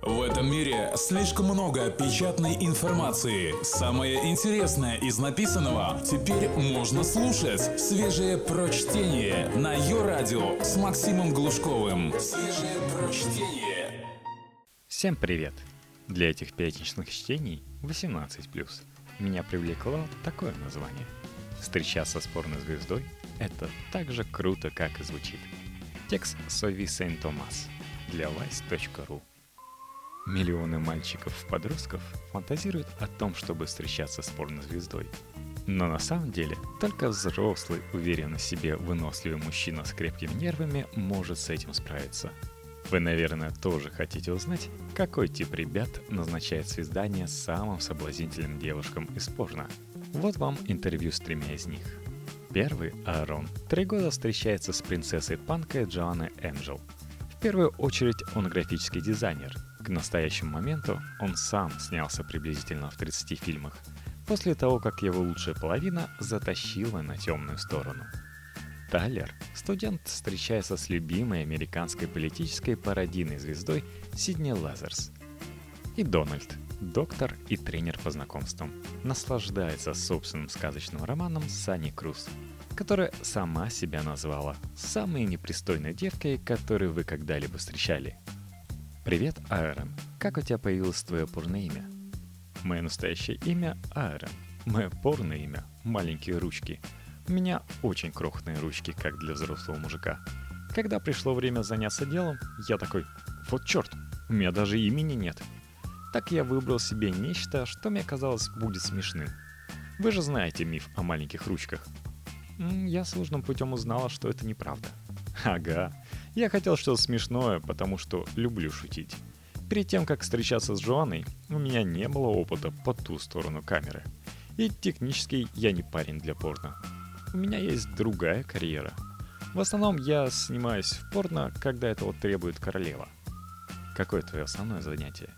В этом мире слишком много печатной информации. Самое интересное из написанного теперь можно слушать. Свежее прочтение на Йо-Радио с Максимом Глушковым. Свежее прочтение. Всем привет! Для этих пятничных чтений 18+. Меня привлекло такое название. Встречаться с порнозвездой — это так же круто, как и звучит. Текст Сови Сен-Томас для Vice.ru. Миллионы мальчиков-подростков фантазируют о том, чтобы встречаться с порнозвездой. Но на самом деле только взрослый, уверенный в себе, выносливый мужчина с крепкими нервами может с этим справиться. Вы, наверное, тоже хотите узнать, какой тип ребят назначает свидание самым соблазнительным девушкам из порно. Вот вам интервью с 3 из них. Первый, Аарон, 3 года встречается с принцессой панка Джоанной Энджел. В первую очередь он графический дизайнер. К настоящему моменту он сам снялся приблизительно в 30 фильмах, после того, как его лучшая половина затащила на темную сторону. Тайлер, студент, встречается с любимой американской политической пародийной звездой Сидни Лазерс. И Дональд, доктор и тренер по знакомствам, наслаждается собственным сказочным романом Санни Круз, которая сама себя назвала самой непристойной девкой, которую вы когда-либо встречали. Привет, Аарон. Как у тебя появилось твое порное имя? Мое настоящее имя Аарон. Мое порное имя — маленькие ручки. У меня очень крохотные ручки, как для взрослого мужика. Когда пришло время заняться делом, я такой: вот черт, у меня даже имени нет. Так я выбрал себе нечто, что мне казалось будет смешным. Вы же знаете миф о маленьких ручках. Я сложным путем узнала, что это неправда. Ага, я хотел что-то смешное, потому что люблю шутить. Перед тем, как встречаться с Джоанной, у меня не было опыта по ту сторону камеры. И технически я не парень для порно. У меня есть другая карьера. В основном я снимаюсь в порно, когда этого требует королева. Какое твое основное занятие?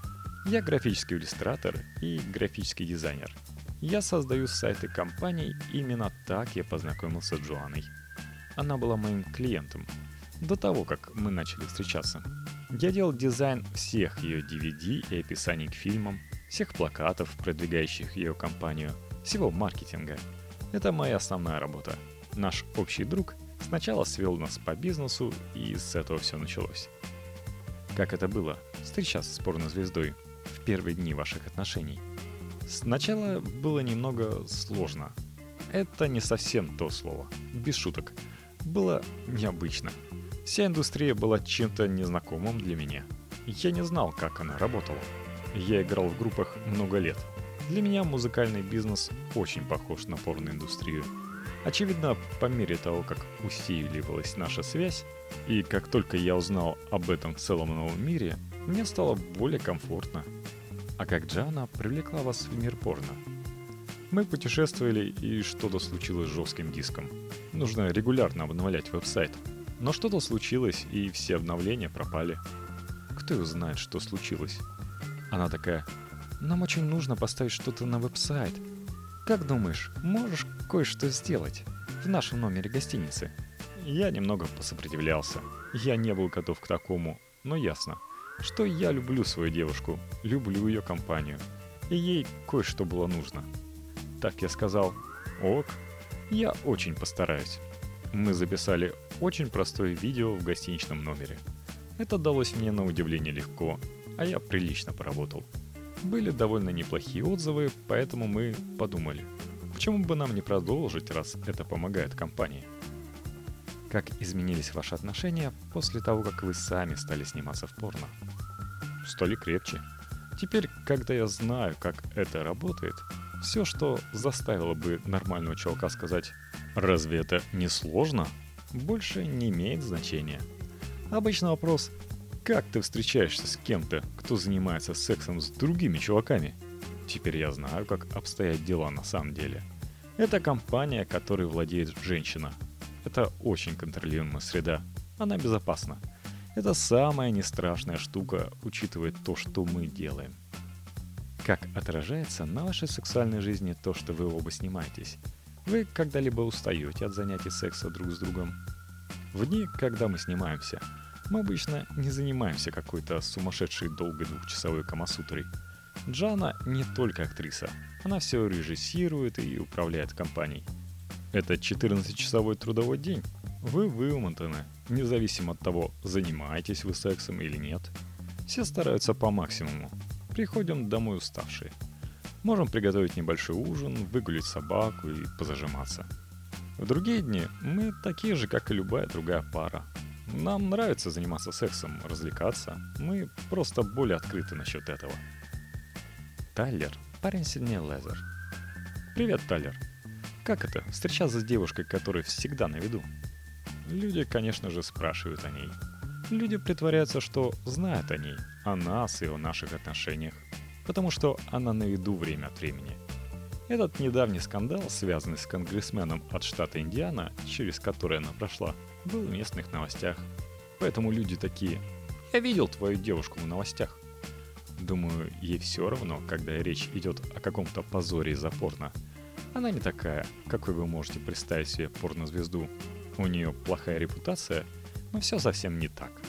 Я графический иллюстратор и графический дизайнер. Я создаю сайты компаний, именно так я познакомился с Джоанной. Она была моим клиентом до того, как мы начали встречаться. Я делал дизайн всех ее DVD и описаний к фильмам, всех плакатов, продвигающих ее компанию, всего маркетинга. Это моя основная работа. Наш общий друг сначала свел нас по бизнесу, и с этого все началось. Как это было встречаться с порнозвездой в первые дни ваших отношений? Сначала было немного сложно. Это не совсем то слово, без шуток. Было необычно. Вся индустрия была чем-то незнакомым для меня. Я не знал, как она работала. Я играл в группах много лет. Для меня музыкальный бизнес очень похож на порноиндустрию. Очевидно, по мере того, как усиливалась наша связь, и как только я узнал об этом целом новом мире, мне стало более комфортно. А как Джоанна привлекла вас в мир порно? Мы путешествовали, и что-то случилось с жестким диском. Нужно регулярно обновлять веб-сайт. Но что-то случилось, и все обновления пропали. Кто его знает, что случилось? Она такая: нам очень нужно поставить что-то на веб-сайт. Как думаешь, можешь кое-что сделать в нашем номере гостиницы? Я немного посопротивлялся. Я не был готов к такому, но ясно, что я люблю свою девушку, люблю ее компанию, и ей кое-что было нужно. Так я сказал: ок, я очень постараюсь. Мы записали очень простое видео в гостиничном номере. Это далось мне на удивление легко, а я прилично поработал. Были довольно неплохие отзывы, поэтому мы подумали, почему бы нам не продолжить, раз это помогает компании. Как изменились ваши отношения после того, как вы сами стали сниматься в порно? Стали крепче. Теперь, когда я знаю, как это работает, все, что заставило бы нормального чувака сказать «разве это не сложно?», больше не имеет значения. Обычный вопрос: как ты встречаешься с кем-то, кто занимается сексом с другими чуваками? Теперь я знаю, как обстоят дела на самом деле. Это компания, которой владеет женщина. Это очень контролируемая среда. Она безопасна. Это самая нестрашная штука, учитывая то, что мы делаем. Как отражается на вашей сексуальной жизни то, что вы оба снимаетесь? Вы когда-либо устаете от занятий секса друг с другом? В дни, когда мы снимаемся, Мы обычно не занимаемся какой-то сумасшедшей долгой двухчасовой камасутрой. Джана не только актриса, она все режиссирует и управляет компанией. Это 14-часовой трудовой день. Вы вымотаны, независимо от того, занимаетесь вы сексом или нет. Все стараются по максимуму. Приходим домой уставшие. Можем приготовить небольшой ужин, выгулить собаку и позажиматься. В другие дни мы такие же, как и любая другая пара. Нам нравится заниматься сексом, развлекаться. Мы просто более открыты насчет этого. Тайлер – парень сильнее Лезер. Привет, Тайлер. Как это, встречаться с девушкой, которая всегда на виду? Люди, конечно же, спрашивают о ней. Люди притворяются, что знают о ней, о нас и о наших отношениях, потому что она на виду время от времени. Этот недавний скандал, связанный с конгрессменом от штата Индиана, через который она прошла, был в местных новостях. Поэтому люди такие: «Я видел твою девушку в новостях». Думаю, ей все равно, когда речь идет о каком-то позоре из-за порно. Она не такая, какой вы можете представить себе порнозвезду. У нее плохая репутация, но все совсем не так.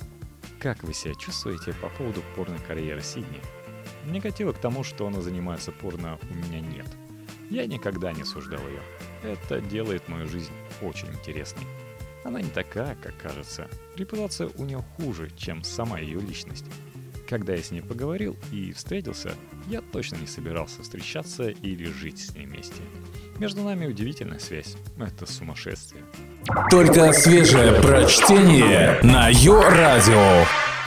Как вы себя чувствуете по поводу порно-карьеры Сидни? Негатива к тому, что она занимается порно, у меня нет. Я никогда не осуждал ее. Это делает мою жизнь очень интересной. Она не такая, как кажется. Репутация у нее хуже, чем сама ее личность. Когда я с ней поговорил и встретился, я точно не собирался встречаться или жить с ней вместе. Между нами удивительная связь. Это сумасшествие. Только свежее прочтение на Йо-Радио.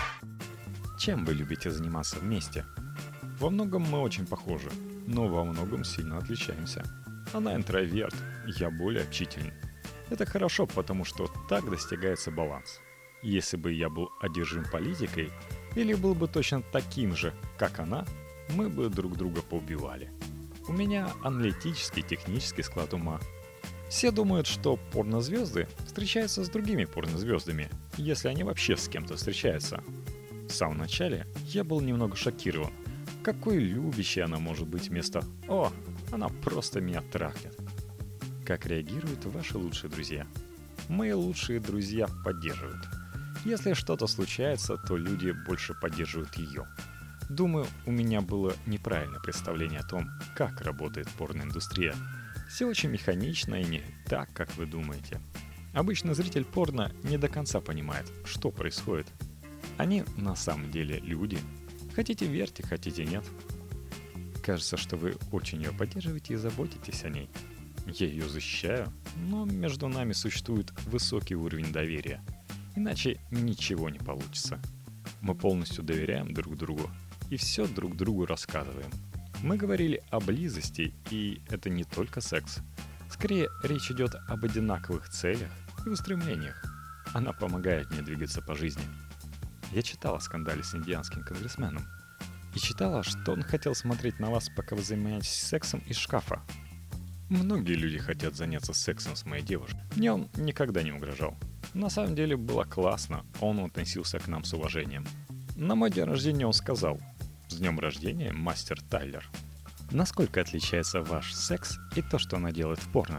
Чем вы любите заниматься вместе? Во многом мы очень похожи, но во многом сильно отличаемся. Она интроверт, я более общительный. Это хорошо, потому что так достигается баланс. Если бы я был одержим политикой, или был бы точно таким же, как она, мы бы друг друга поубивали. У меня аналитический, технический склад ума. Все думают, что порнозвезды встречаются с другими порнозвездами, если они вообще с кем-то встречаются. В самом начале я был немного шокирован. Какой любящей она может быть вместо «О, она просто меня трахнет». Как реагируют ваши лучшие друзья? Мои лучшие друзья поддерживают. Если что-то случается, то люди больше поддерживают ее. Думаю, у меня было неправильное представление о том, как работает порноиндустрия. Все очень механично и не так, как вы думаете. Обычно зритель порно не до конца понимает, что происходит. Они на самом деле люди. Хотите верьте, хотите нет. Кажется, что вы очень ее поддерживаете и заботитесь о ней. Я ее защищаю, но между нами существует высокий уровень доверия. Иначе ничего не получится. Мы полностью доверяем друг другу и все друг другу рассказываем. Мы говорили о близости, и это не только секс. Скорее, речь идет об одинаковых целях и устремлениях. Она помогает мне двигаться по жизни. Я читала о скандале с индианским конгрессменом. И читала, что он хотел смотреть на вас, пока вы занимаетесь сексом из шкафа. Многие люди хотят заняться сексом с моей девушкой. Мне он никогда не угрожал. На самом деле было классно, он относился к нам с уважением. На мой день рождения он сказал: «С днем рождения, мастер Тайлер». Насколько отличается ваш секс и то, что она делает в порно?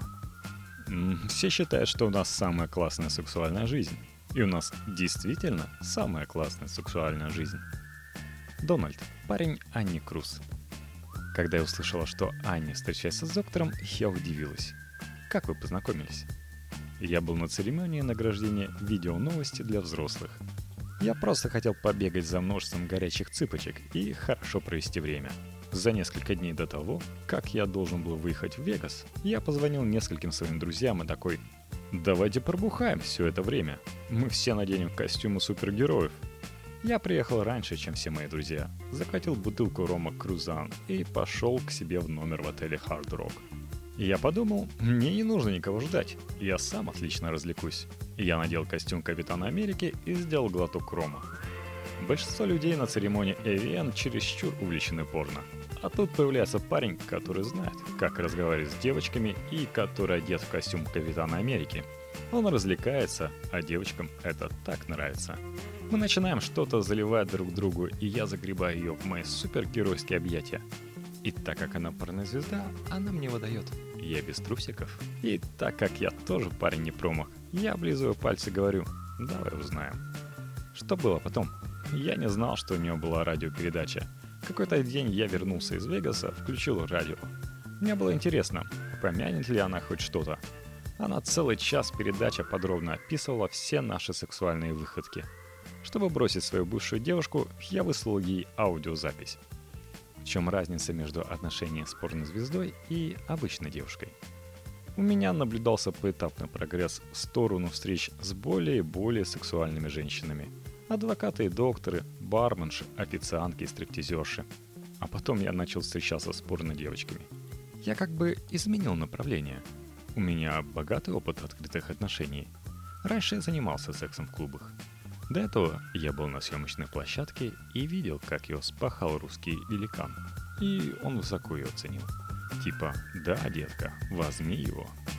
Все считают, что у нас самая классная сексуальная жизнь. И у нас действительно самая классная сексуальная жизнь. Дональд, парень Анни Круз. Когда я услышала, что Анни встречается с доктором, я удивилась. Как вы познакомились? Я был на церемонии награждения видео-новости для взрослых. Я просто хотел побегать за множеством горячих цыпочек и хорошо провести время. За несколько дней до того, как я должен был выехать в Вегас, я позвонил нескольким своим друзьям и такой: «Давайте пробухаем все это время. Мы все наденем костюмы супергероев». Я приехал раньше, чем все мои друзья, захватил бутылку рома Крузан и пошел к себе в номер в отеле Hard Rock. И я подумал, мне не нужно никого ждать, я сам отлично развлекусь. Я надел костюм Капитана Америки и сделал глоток рома. Большинство людей на церемонии AVN чересчур увлечены порно. А тут появляется парень, который знает, как разговаривать с девочками и который одет в костюм Капитана Америки. Он развлекается, а девочкам это так нравится. Мы начинаем что-то заливать друг другу, и я загребаю ее в мои супергеройские объятия. И так как она порнозвезда, она мне выдает: я без трусиков. И так как я тоже парень не промах, я облизываю пальцы и говорю: давай узнаем. Что было потом? Я не знал, что у него была радиопередача. Какой-то день я вернулся из Вегаса, включил радио. Мне было интересно, помянет ли она хоть что-то. Она целый час передача подробно описывала все наши сексуальные выходки. Чтобы бросить свою бывшую девушку, я выслал ей аудиозапись. В чем разница между отношением с порнозвездой и обычной девушкой? У меня наблюдался поэтапный прогресс в сторону встреч с более и более сексуальными женщинами. Адвокаты и докторы, барменши, официантки и стриптизерши. А потом я начал встречаться с порно-девочками. Я как бы изменил направление. У меня богатый опыт открытых отношений. Раньше я занимался сексом в клубах. До этого я был на съемочной площадке и видел, как ее спахал русский великан. И он высоко ее оценил. Типа, да, детка, возьми его.